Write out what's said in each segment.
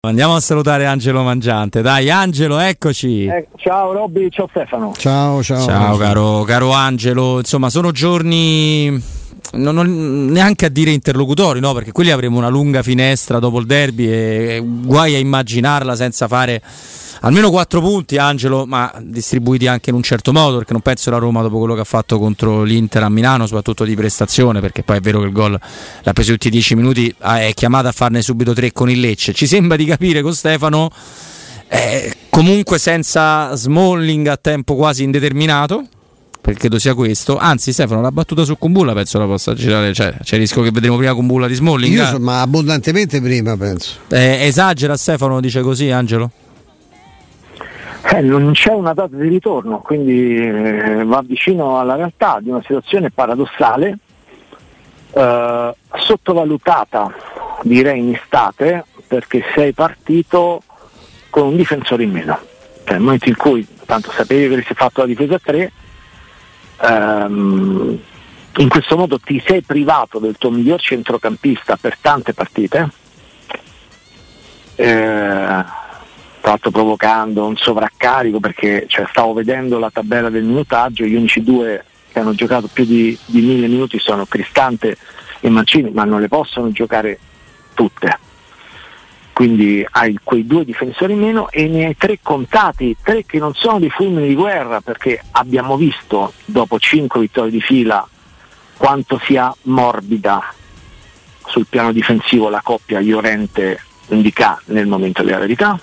Andiamo a salutare Angelo Mangiante. Dai Angelo, eccoci. Ciao Robby, ciao Stefano. Ciao caro Angelo. Insomma, sono giorni non neanche a dire interlocutori, no? Perché quelli avremo una lunga finestra dopo il derby e guai a immaginarla senza fare almeno 4 punti, Angelo, ma distribuiti anche in un certo modo, perché non penso la Roma, dopo quello che ha fatto contro l'Inter a Milano, soprattutto di prestazione, perché poi è vero che il gol l'ha preso tutti i 10 minuti, è chiamata a farne subito 3 con il Lecce. Ci sembra di capire con Stefano, comunque senza Smalling a tempo quasi indeterminato, perché credo sia questo. Anzi, Stefano, la battuta su Kumbulla penso la possa girare, cioè c'è il rischio che vedremo prima Kumbulla di Smalling. Ma abbondantemente prima, penso. Esagera Stefano, dice così Angelo? Non c'è una data di ritorno, quindi va vicino alla realtà di una situazione paradossale, sottovalutata direi in estate, perché sei partito con un difensore in meno. Nel momento in cui tanto sapevi che avresti fatto la difesa a 3, in questo modo ti sei privato del tuo miglior centrocampista per tante partite, tra l'altro provocando un sovraccarico, perché stavo vedendo la tabella del minutaggio, gli unici 2 che hanno giocato più di 1000 minuti sono Cristante e Mancini, ma non le possono giocare tutte, quindi hai quei 2 difensori in meno e ne hai 3 contati, 3 che non sono dei fulmini di guerra, perché abbiamo visto dopo 5 vittorie di fila quanto sia morbida sul piano difensivo la coppia Llorente-Ndicà nel momento della verità.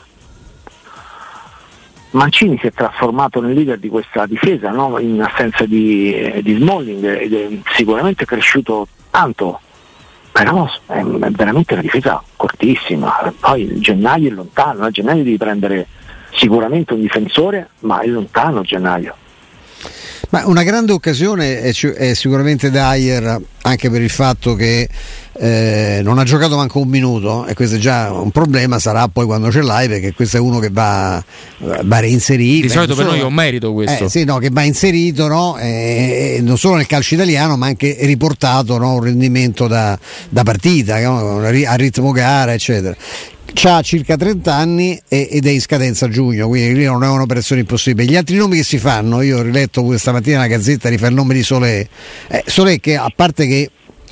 Mancini si è trasformato nel leader di questa difesa, no? In assenza di Smalling, ed è sicuramente cresciuto tanto, però è veramente una difesa cortissima. Poi il gennaio è lontano, a gennaio devi prendere sicuramente un difensore, ma è lontano gennaio. Ma una grande occasione è sicuramente Dyer, anche per il fatto che non ha giocato manco un minuto, e questo è già un problema, sarà poi quando ce l'hai, perché questo è uno che va reinserito. Di solito per noi è un merito questo. Sì, no, che va inserito, no? Non solo nel calcio italiano, ma anche riportato, no? Un rendimento da partita, no? A ritmo gara, eccetera. C'ha circa 30 anni ed è in scadenza a giugno, quindi lì non è un'operazione impossibile. Gli altri nomi che si fanno, io ho riletto questa mattina la Gazzetta, rifà il nome di Solé, che a parte che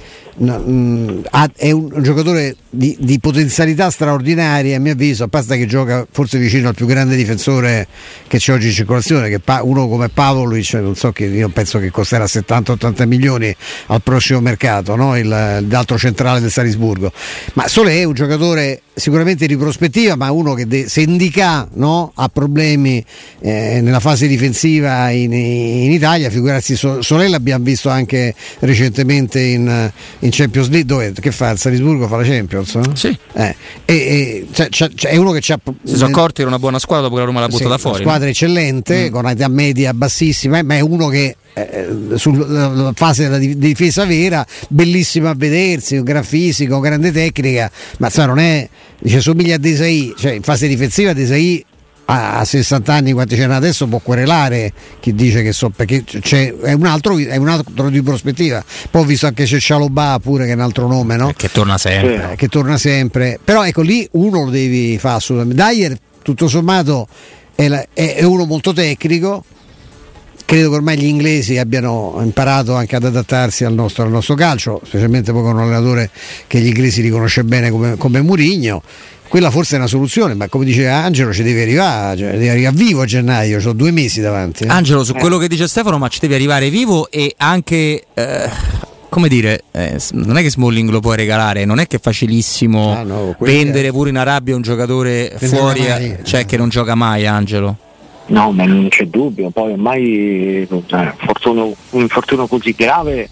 è un giocatore di potenzialità straordinaria, a mio avviso, a parte che gioca forse vicino al più grande difensore che c'è oggi in circolazione, che uno come Pavlovic, non so, che io penso che costerà 70-80 milioni al prossimo mercato, no? L'altro centrale del Salisburgo. Ma Solé è un giocatore sicuramente di prospettiva, ma uno che se Ndicà, no, ha problemi nella fase difensiva in Italia, figurarsi Solé. L'abbiamo visto anche recentemente in Champions League, che fa il Salisburgo, fa la Champions, no? Sì. È uno che si sono accorti che era una buona squadra dopo che la Roma l'ha buttata fuori. Una squadra eccellente, con un'età media bassissima, ma è uno che sulla fase della difesa vera, bellissimo a vedersi, un gran fisico, grande tecnica, ma non è, somiglia a Desailly, in fase difensiva Desailly a 60 anni, quanti ce n'ha adesso, può querelare chi dice che perché è un altro di prospettiva. Poi ho visto anche c'è Cialobà pure, che è un altro nome, no? Che torna sempre. Però ecco, lì uno lo devi fare assolutamente. Dyer tutto sommato è uno molto tecnico. Credo che ormai gli inglesi abbiano imparato anche ad adattarsi al nostro calcio, specialmente poi con un allenatore che gli inglesi riconosce bene come Mourinho. Quella forse è una soluzione, ma come dice Angelo ci deve arrivare vivo a gennaio, ho 2 mesi davanti. Angelo, su quello che dice Stefano, ma ci devi arrivare vivo e anche come dire, non è che Smalling lo puoi regalare, non è che è facilissimo vendere pure in Arabia un giocatore fuori, che non gioca mai, Angelo. No, ma non c'è dubbio, poi ormai un infortunio così grave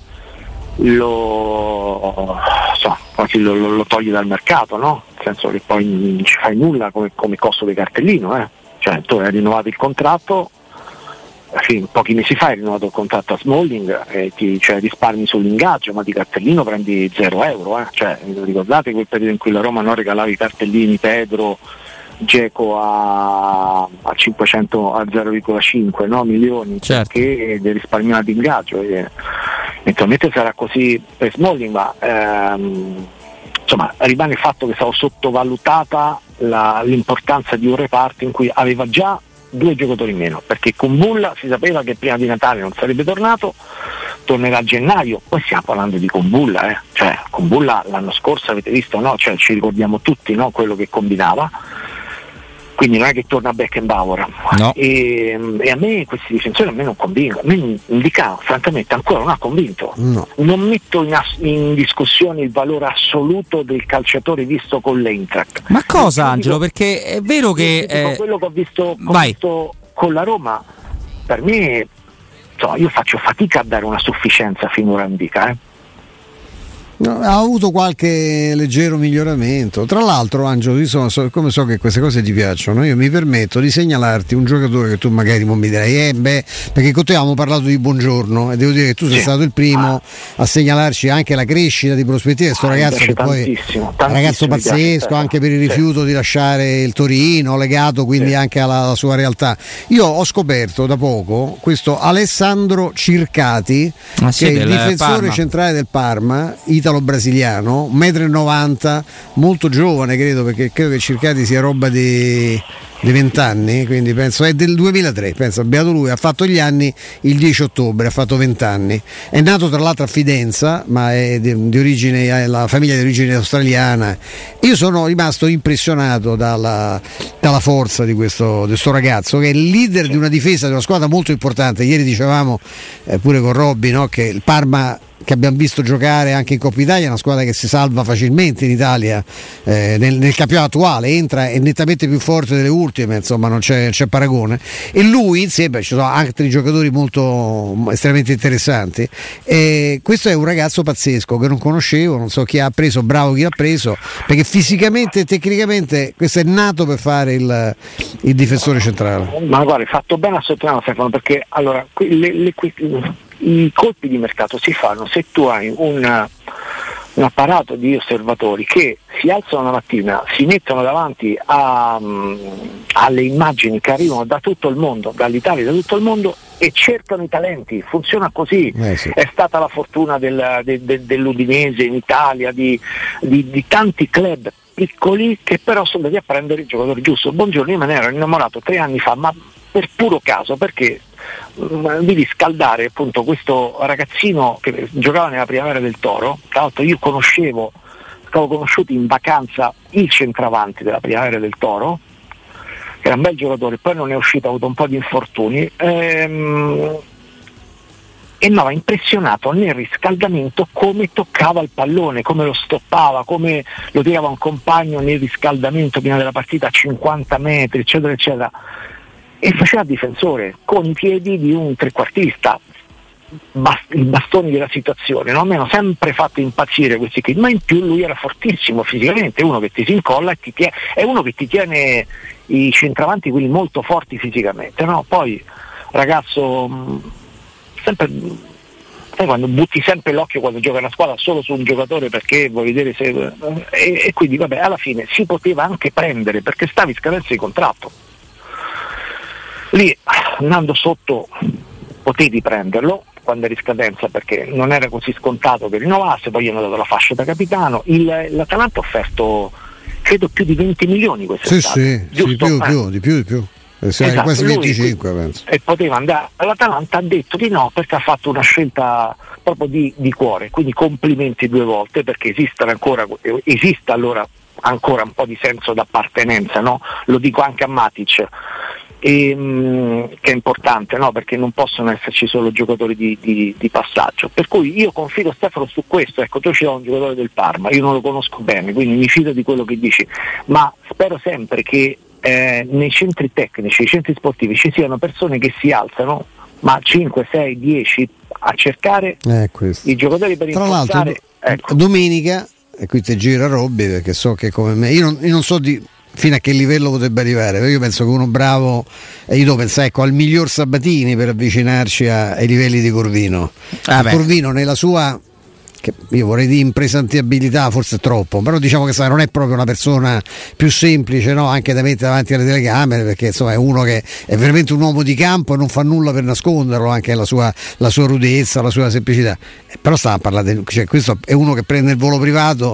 lo togli dal mercato, no? Nel senso che poi non ci fai nulla come costo di cartellino, tu hai rinnovato il contratto, pochi mesi fa hai rinnovato il contratto a Smalling e risparmi sull'ingaggio, ma di cartellino prendi 0 euro, ricordate quel periodo in cui la Roma non regalava i cartellini Pedro, Dzeko a 500, a 0,5 milioni, certo, perché risparmiava di ingaggio, e eventualmente sarà così per Smalling, ma insomma rimane il fatto che è stata sottovalutata l'importanza di un reparto in cui aveva già 2 giocatori in meno, perché con Bulla si sapeva che prima di Natale non sarebbe tornato, tornerà a gennaio, poi stiamo parlando di Kumbulla, cioè Kumbulla l'anno scorso avete visto, no? Cioè, ci ricordiamo tutti, no? Quello che combinava, quindi non è che torna Beckenbauer, no. E a me questi difensori a me non convincono, a me Ndicà francamente ancora non ha convinto, no. Non metto in discussione il valore assoluto del calciatore visto con l'Eintracht. Ma cosa, Angelo? Perché è vero che quello che ho visto con la Roma, per me, insomma, io faccio fatica a dare una sufficienza finora a Ndicà. No, ha avuto qualche leggero miglioramento. Tra l'altro, Angelo, io come so che queste cose ti piacciono, io mi permetto di segnalarti un giocatore che tu magari non mi dirai, perché con te avevamo parlato di Buongiorno e devo dire che tu sei stato il primo a segnalarci anche la crescita di prospettive di questo ragazzo, che poi è un ragazzo pazzesco, anche per il rifiuto di lasciare il Torino, legato quindi anche alla sua realtà. Io ho scoperto da poco questo Alessandro Circati, che è il difensore centrale del Parma, italo-brasiliano, 1,90 m, molto giovane, credo che Circati sia roba di 20 anni, quindi penso è del 2003, penso, beato lui, ha fatto gli anni il 10 ottobre, ha fatto 20 anni, è nato tra l'altro a Fidenza, ma è di origine, la famiglia di origine australiana. Io sono rimasto impressionato dalla forza di questo ragazzo, che è il leader di una difesa di una squadra molto importante. Ieri dicevamo pure con Robby, no, che il Parma, che abbiamo visto giocare anche in Coppa Italia, è una squadra che si salva facilmente in Italia, nel campionato attuale entra, è nettamente più forte delle ultime, insomma non c'è paragone, e lui insieme ci sono altri giocatori molto estremamente interessanti, e questo è un ragazzo pazzesco che non conoscevo, non so chi ha preso, bravo chi l'ha preso, perché fisicamente e tecnicamente questo è nato per fare il difensore centrale. Ma guarda, hai fatto bene a sottolineare, Stefano, perché allora i colpi di mercato si fanno se tu hai un apparato di osservatori che si alzano la mattina, si mettono davanti alle immagini che arrivano da tutto il mondo, dall'Italia e da tutto il mondo, e cercano i talenti. Funziona così. Sì. È stata la fortuna dell'Udinese in Italia, di tanti club piccoli che però sono andati a prendere il giocatore giusto. Buongiorno, io me ne ero innamorato 3 anni fa, ma per puro caso, perché devi scaldare appunto questo ragazzino che giocava nella Primavera del Toro. Tra l'altro io stavo conosciuto in vacanza il centravanti della Primavera del Toro, che era un bel giocatore, poi non è uscito, ha avuto un po' di infortuni, e mi aveva impressionato nel riscaldamento come toccava il pallone, come lo stoppava, come lo tirava un compagno nel riscaldamento prima della partita a 50 metri, eccetera eccetera, e faceva difensore con i piedi di un trequartista, i bastoni della situazione, no? Mi hanno sempre fatto impazzire questi qui, ma in più lui era fortissimo fisicamente, uno che ti si incolla e è uno che ti tiene i centravanti, quelli molto forti fisicamente, no? Poi ragazzo, sempre, sai, quando butti sempre l'occhio quando gioca una squadra solo su un giocatore perché vuoi vedere se e quindi vabbè, alla fine si poteva anche prendere perché stavi in scadenza di contratto. Lì andando sotto potevi prenderlo quando eri in scadenza, perché non era così scontato che rinnovasse, poi gli hanno dato la fascia da capitano. L'Atalanta ha offerto credo più di 20 milioni quest'estate. Sì, di più. Esatto, quasi 25 penso. E poteva andare all'Atalanta, ha detto di no perché ha fatto una scelta proprio di cuore, quindi complimenti 2 volte, perché esiste allora ancora un po' di senso d'appartenenza, no? Lo dico anche a Matic, che è importante, no? Perché non possono esserci solo giocatori di passaggio, per cui io confido, Stefano, su questo. Ecco, tu ci hai un giocatore del Parma, io non lo conosco bene, quindi mi fido di quello che dici, ma spero sempre che nei centri tecnici, i centri sportivi, ci siano persone che si alzano, ma 5, 6, 10 a cercare i giocatori per incontrare. Tra l'altro ecco. Domenica, e qui ti gira Robby perché so che come me, io non so fino a che livello potrebbe arrivare, perché io penso che uno bravo, e io devo pensare al miglior Sabatini per avvicinarci ai livelli di Corvino. Corvino nella sua, che io vorrei dire impresantabilità, forse è troppo, però diciamo che non è proprio una persona più semplice, no? Anche da mettere davanti alle telecamere, perché insomma è uno che è veramente un uomo di campo e non fa nulla per nasconderlo, anche la sua rudezza, la sua semplicità. Però stava a parlare, cioè, questo è uno che prende il volo privato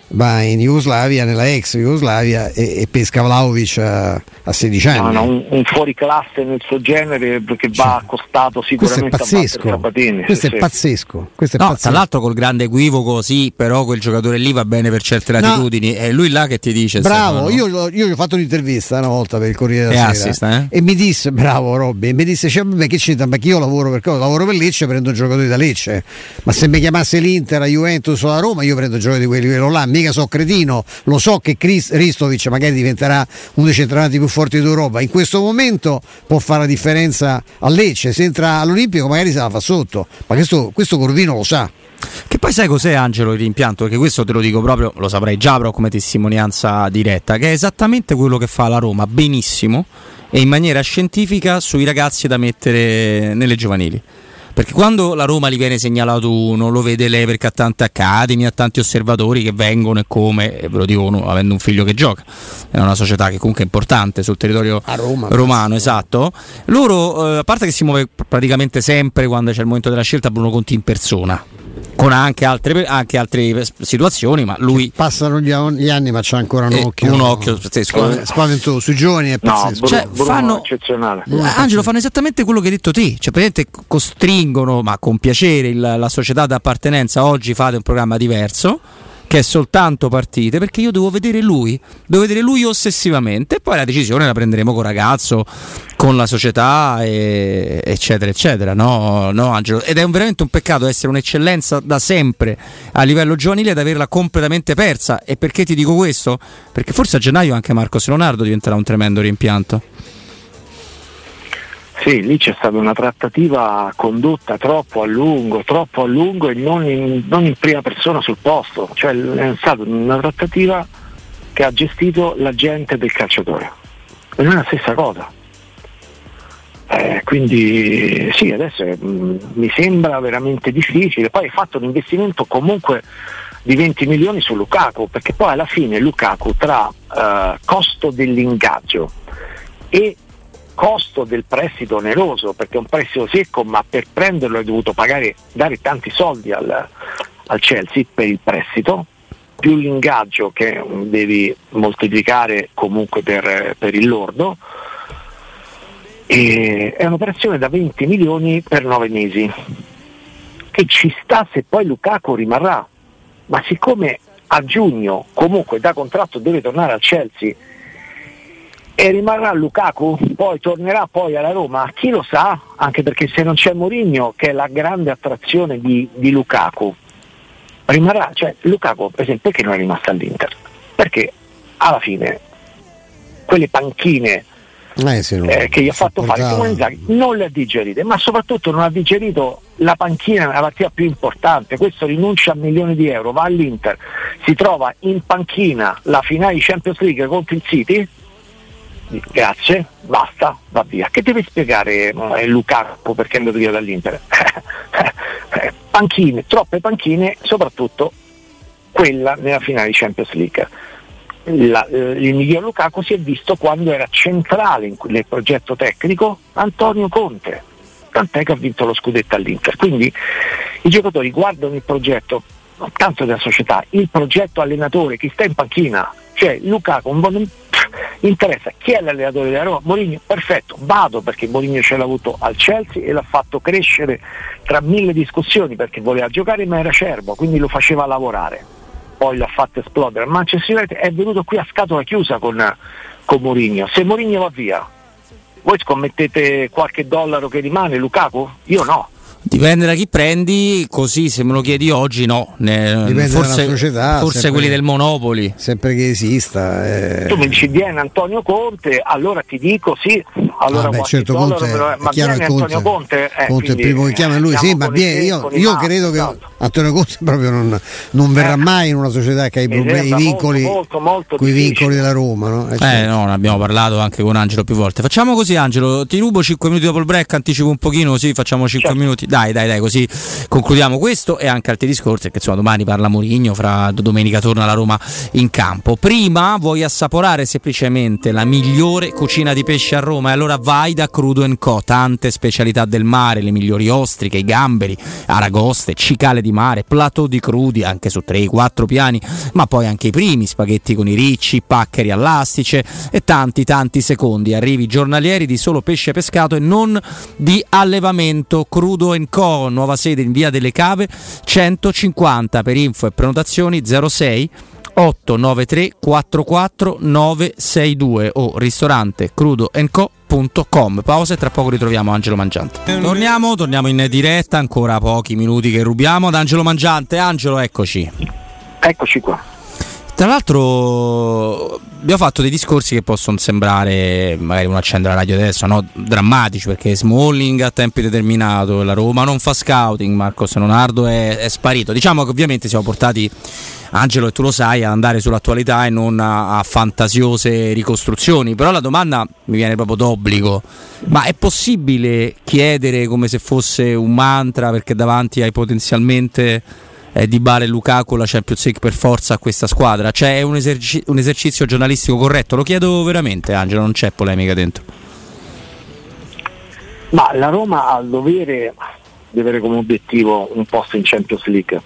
va in Jugoslavia, nella ex Jugoslavia, e pesca Vlahovic a 16 anni. Un fuoriclasse nel suo genere che va accostato sicuramente a battere Sabatini. Questo è pazzesco. Tra l'altro col grande equivoco, sì, però quel giocatore lì va bene per certe latitudini. È lui là che ti dice. Bravo, io gli ho fatto un'intervista una volta per il Corriere della Sera assista, e mi disse, bravo Robby, mi disse, che c'entra, perché io lavoro per Lecce, prendo giocatori da Lecce, ma se mi chiamasse l'Inter, la Juventus o la Roma, io prendo giocatori di quel livello là, mica so cretino, lo so che Ristovic magari diventerà uno dei centravanti più forti d'Europa, in questo momento può fare la differenza a Lecce, se entra all'Olimpico magari se la fa sotto, ma questo Corvino lo sa. Che poi sai cos'è, Angelo, il rimpianto? Perché questo te lo dico proprio, lo saprei già, però come testimonianza diretta, che è esattamente quello che fa la Roma benissimo e in maniera scientifica sui ragazzi da mettere nelle giovanili. Perché quando la Roma gli viene segnalato uno, lo vede lei perché ha tante academy, ha tanti osservatori che vengono e come, e ve lo dico uno avendo un figlio che gioca, è una società che comunque è importante sul territorio romano, esatto. Loro, a parte che si muove praticamente sempre quando c'è il momento della scelta, Bruno Conti in persona, con anche altre situazioni, ma lui passano gli anni, ma c'ha ancora un occhio spaventoso sui giovani, è pazzesco. Fanno eccezionale. Angelo, fanno esattamente quello che hai detto te, cioè praticamente costringono, ma con piacere, la società d'appartenenza. Oggi fate un programma diverso che è soltanto partite, perché io devo vedere lui ossessivamente, e poi la decisione la prenderemo col ragazzo, con la società, eccetera eccetera, no Angelo? Ed è veramente un peccato essere un'eccellenza da sempre a livello giovanile ed averla completamente persa. E perché ti dico questo? Perché forse a gennaio anche Marcos Leonardo diventerà un tremendo rimpianto. Sì, lì c'è stata una trattativa condotta troppo a lungo e non in prima persona sul posto, cioè è stata una trattativa che ha gestito l'agente del calciatore e non è la stessa cosa. Quindi sì, adesso mi sembra veramente difficile. Poi hai fatto un investimento comunque di 20 milioni su Lukaku, perché poi alla fine Lukaku tra costo dell'ingaggio e costo del prestito oneroso, perché è un prestito secco, ma per prenderlo hai dovuto dare tanti soldi al Chelsea per il prestito, più l'ingaggio che devi moltiplicare comunque per il lordo, e è un'operazione da 20 milioni per 9 mesi che ci sta se poi Lukaku rimarrà, ma siccome a giugno comunque da contratto deve tornare al Chelsea e rimarrà Lukaku, poi tornerà poi alla Roma, chi lo sa, anche perché se non c'è Mourinho, che è la grande attrazione di Lukaku, rimarrà, cioè Lukaku per esempio perché non è rimasto all'Inter? Perché alla fine quelle panchine che gli ha fatto fare Simone Inzaghi non le ha digerite, ma soprattutto non ha digerito la panchina nella partita più importante. Questo rinuncia a milioni di euro, va all'Inter, si trova in panchina la finale di Champions League contro il City, grazie, basta, va via. Che deve spiegare Lukaku perché è andato via dall'Inter? Panchine, troppe panchine, soprattutto quella nella finale di Champions League. Il miglior Lukaku si è visto quando era centrale nel progetto tecnico Antonio Conte, tant'è che ha vinto lo scudetto all'Inter. Quindi i giocatori guardano il progetto, non tanto della società, il progetto allenatore, chi sta in panchina, cioè Lukaku non interessa chi è l'allenatore della Roma. Mourinho, perfetto, vado, perché Mourinho ce l'ha avuto al Chelsea e l'ha fatto crescere tra mille discussioni, perché voleva giocare ma era acerbo, quindi lo faceva lavorare, poi l'ha fatto esplodere. Manchester United è venuto qui a scatola chiusa con Mourinho. Se Mourinho va via, voi scommettete qualche dollaro che rimane Lukaku? Io no. Dipende da chi prendi, così se me lo chiedi oggi no. Dipende forse, dalla società, forse quelli del Monopoli. Sempre che esista. Tu mi dici viene Antonio Conte, allora ti dico sì, allora certo, Conte, ma viene Antonio Conte è il primo che chiama lui, sì, ma io credo che Antonio Conte proprio non verrà mai in una società che ha i problemi, i vincoli, molto con i vincoli della Roma, no? No, ne abbiamo parlato anche con Angelo più volte. Facciamo così, Angelo, ti rubo 5 minuti dopo il break, anticipo un pochino, così facciamo 5 minuti. Dai, così concludiamo questo e anche altri discorsi, perché insomma domani parla Mourinho, fra domenica torna la Roma in campo. Prima vuoi assaporare semplicemente la migliore cucina di pesce a Roma, e allora da vai da Crudo & Co, tante specialità del mare, le migliori ostriche, i gamberi, aragoste, cicale di mare, plateau di crudi anche su 3-4 piani, ma poi anche i primi spaghetti con i ricci, paccheri all'astice e tanti secondi, arrivi giornalieri di solo pesce pescato e non di allevamento. Crudo & Co, nuova sede in via delle Cave 150, per info e prenotazioni 06 893 44 962 o ristorante crudoandco.com. Pausa e tra poco ritroviamo Angelo Mangiante. Torniamo in diretta, ancora pochi minuti che rubiamo ad Angelo Mangiante. Angelo, eccoci qua. Tra l'altro abbiamo fatto dei discorsi che possono sembrare, magari uno accende la radio adesso, no, drammatici, perché Smalling a tempo indeterminato, la Roma non fa scouting, Marcos Leonardo è sparito. Diciamo che ovviamente siamo portati, Angelo, e tu lo sai, ad andare sull'attualità e non a fantasiose ricostruzioni, però la domanda mi viene proprio d'obbligo: ma è possibile chiedere come se fosse un mantra, perché davanti hai potenzialmente Dybala e Lukaku la Champions League per forza a questa squadra? Cioè, è un esercizio giornalistico corretto? Lo chiedo veramente, Angelo, non c'è polemica dentro. Ma la Roma ha il dovere di avere come obiettivo un posto in Champions League.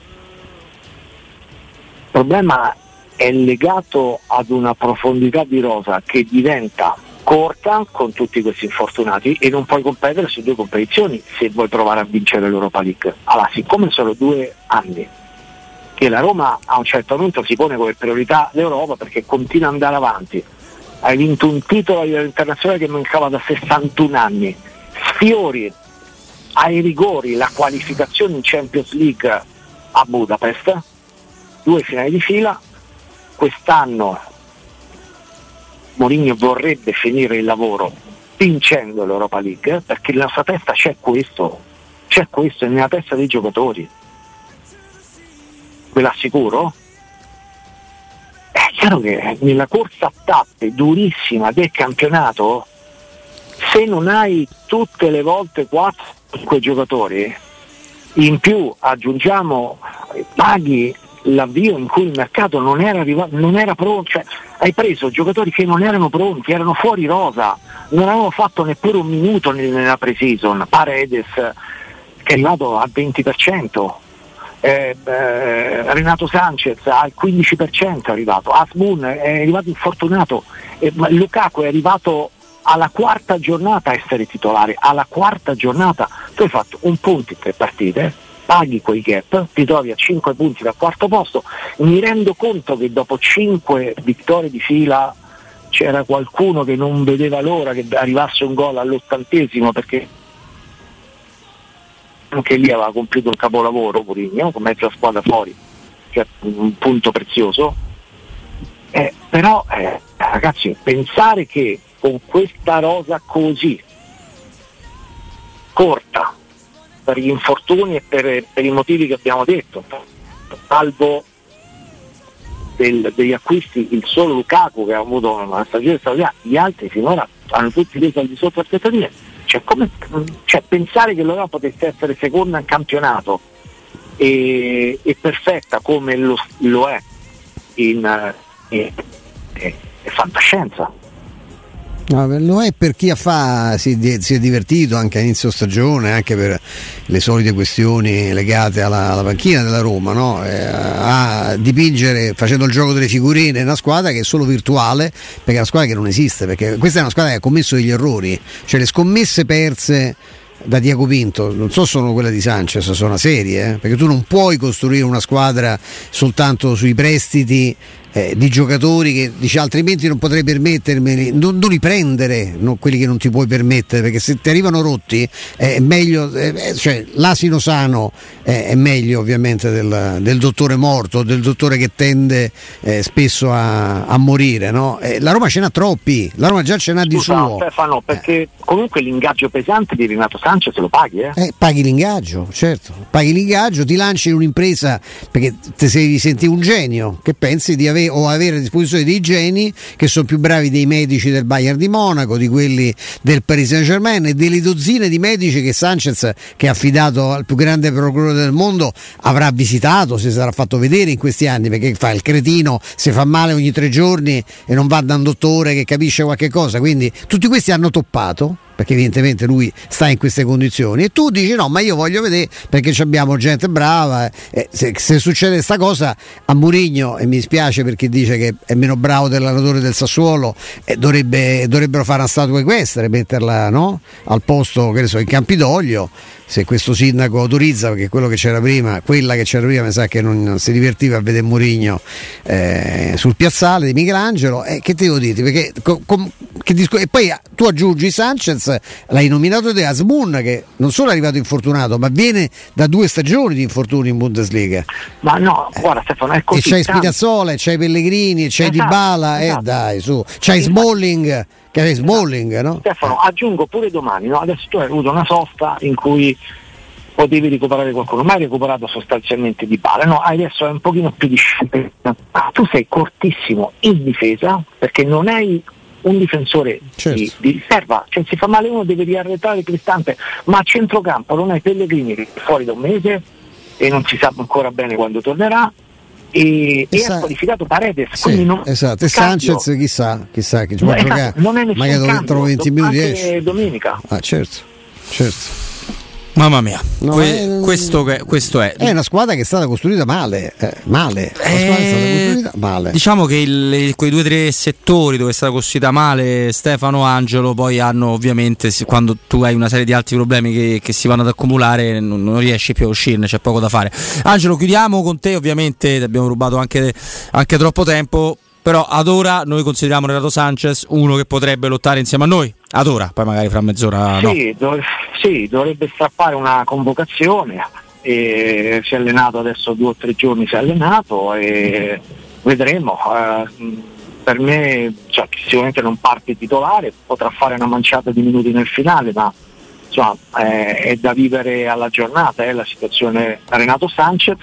Il problema è legato ad una profondità di rosa che diventa corta con tutti questi infortunati e non puoi competere su 2 competizioni se vuoi provare a vincere l'Europa League. Allora, siccome sono 2 anni che la Roma a un certo punto si pone come priorità l'Europa, perché continua ad andare avanti, hai vinto un titolo a livello internazionale che mancava da 61 anni, sfiori ai rigori la qualificazione in Champions League a Budapest, 2 finali di fila. Quest'anno Mourinho vorrebbe finire il lavoro vincendo l'Europa League, perché nella sua testa c'è questo è nella testa dei giocatori, ve l'assicuro. È chiaro che nella corsa a tappe durissima del campionato, se non hai tutte le volte 4-5 giocatori in più, aggiungiamo paghi l'avvio in cui il mercato non era pronto, cioè hai preso giocatori che non erano pronti, erano fuori rosa, non avevano fatto neppure un minuto nella pre-season. Paredes che è arrivato al 20%, Renato Sanchez al 15% è arrivato, Asmun è arrivato infortunato, Lukaku è arrivato alla 4ª giornata a essere titolare, alla 4ª giornata. Tu hai fatto un punto in 3 partite, paghi quei gap, ti trovi a 5 punti dal 4º posto. Mi rendo conto che dopo 5 vittorie di fila c'era qualcuno che non vedeva l'ora che arrivasse un gol all'80°, perché anche lì aveva compiuto un capolavoro Mourinho con mezza squadra fuori, cioè un punto prezioso. Però ragazzi, pensare che con questa rosa così corta, per gli infortuni e per i motivi che abbiamo detto, salvo degli acquisti il solo Lukaku che ha avuto una stagione straordinaria, gli altri finora hanno tutti reso al di sotto aspettative. Pensare che l'Europa potesse essere seconda in campionato e perfetta come lo è è fantascienza. No, lo è per chi si è divertito anche a inizio stagione, anche per le solite questioni legate alla panchina della Roma, no? A dipingere facendo il gioco delle figurine una squadra che è solo virtuale, perché è una squadra che non esiste, perché questa è una squadra che ha commesso degli errori, cioè le scommesse perse da Tiago Pinto non sono quelle di Sanchez, sono una serie, perché tu non puoi costruire una squadra soltanto sui prestiti di giocatori che dice altrimenti non potrei permettermeli, non li prendere, quelli che non ti puoi permettere, perché se ti arrivano rotti è meglio, cioè l'asino sano è meglio ovviamente del dottore morto, del dottore che tende spesso a morire, no? La Roma ce n'ha troppi, la Roma già ce n'ha di suo. Stefano, perché comunque l'ingaggio pesante di Renato Sanchez lo paghi, paghi l'ingaggio, certo, paghi l'ingaggio, ti lanci in un'impresa perché ti sei sentito un genio che pensi di avere o avere a disposizione dei geni che sono più bravi dei medici del Bayern di Monaco, di quelli del Paris Saint-Germain e delle dozzine di medici che Sanchez, che è affidato al più grande procuratore del mondo, avrà visitato, si sarà fatto vedere in questi anni, perché fa il cretino, si fa male ogni 3 giorni e non va da un dottore che capisce qualche cosa. Quindi tutti questi hanno toppato, perché evidentemente lui sta in queste condizioni, e tu dici no, ma io voglio vedere perché abbiamo gente brava. Se succede questa cosa a Mourinho, e mi dispiace perché dice che è meno bravo dell'allenatore del Sassuolo, dovrebbero fare una statua equestre, metterla, no? Al posto, che ne so, in Campidoglio, se questo sindaco autorizza, perché quella che c'era prima mi sa che non si divertiva a vedere Mourinho sul piazzale di Michelangelo. Che te devo dire? Perché e poi tu aggiungi Sanchez, l'hai nominato te, Asmun, che non solo è arrivato infortunato, ma viene da 2 stagioni di infortuni in Bundesliga. Ma no, guarda Stefano, è così. E c'hai Spinazzola, c'hai Pellegrini, c'hai Dybala, dai, su, c'hai Smalling, che è Smalling, no? Stefano, aggiungo pure domani, no? Adesso tu hai avuto una sosta in cui potevi recuperare qualcuno, ma hai recuperato sostanzialmente Dybala, no? Adesso è un pochino più di scelta. Tu sei cortissimo in difesa perché non hai un difensore di riserva, cioè si fa male uno deve riarretrare Cristante, ma a centrocampo non hai Pellegrini che è fuori da un mese e non si sa ancora bene quando tornerà, e ha qualificato Paredes, quindi non esatto, e Sanchez chissà che può giocare, non è nessun magari entro 20 minuti esce domenica. Certo. Mamma mia, no, questo è. È una squadra che è stata costruita male. Una squadra è stata costruita male. Diciamo che quei 2 o 3 settori dove è stata costruita male Stefano, Angelo, poi hanno ovviamente, quando tu hai una serie di altri problemi che si vanno ad accumulare, non riesci più a uscirne, c'è poco da fare. Angelo, chiudiamo con te, ovviamente ti abbiamo rubato anche troppo tempo. Però ad ora noi consideriamo Renato Sanchez uno che potrebbe lottare insieme a noi. Ad ora, poi magari fra mezz'ora no. Sì, dovrebbe strappare una convocazione. Si è allenato adesso 2 o 3 giorni, si è allenato e vedremo. Per me sicuramente non parte titolare, potrà fare una manciata di minuti nel finale, ma insomma è da vivere alla giornata, la situazione Renato Sanchez.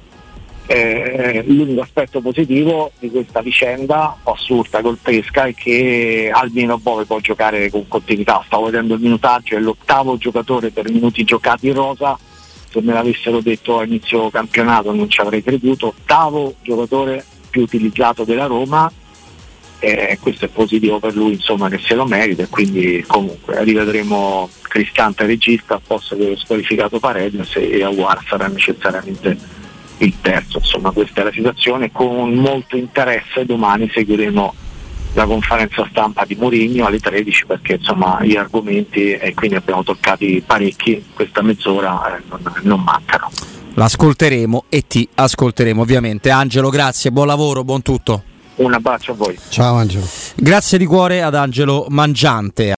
L'unico aspetto positivo di questa vicenda assurda col Pesca è che almeno Bove può giocare con continuità. Stavo vedendo il minutaggio, è l'8º giocatore per minuti giocati in rosa. Se me l'avessero detto a inizio campionato non ci avrei creduto. 8º giocatore più utilizzato della Roma, questo è positivo per lui, insomma, che se lo merita, e quindi comunque rivedremo Cristante regista al posto che squalificato Paredes, e Aouar sarà necessariamente il terzo. Insomma, questa è la situazione. Con molto interesse domani seguiremo la conferenza stampa di Mourinho alle 13, perché insomma gli argomenti, e quindi abbiamo toccati parecchi questa mezz'ora, non mancano. L'ascolteremo e ti ascolteremo ovviamente. Angelo, grazie, buon lavoro, buon tutto. Un abbraccio a voi. Ciao Angelo. Grazie di cuore ad Angelo Mangiante.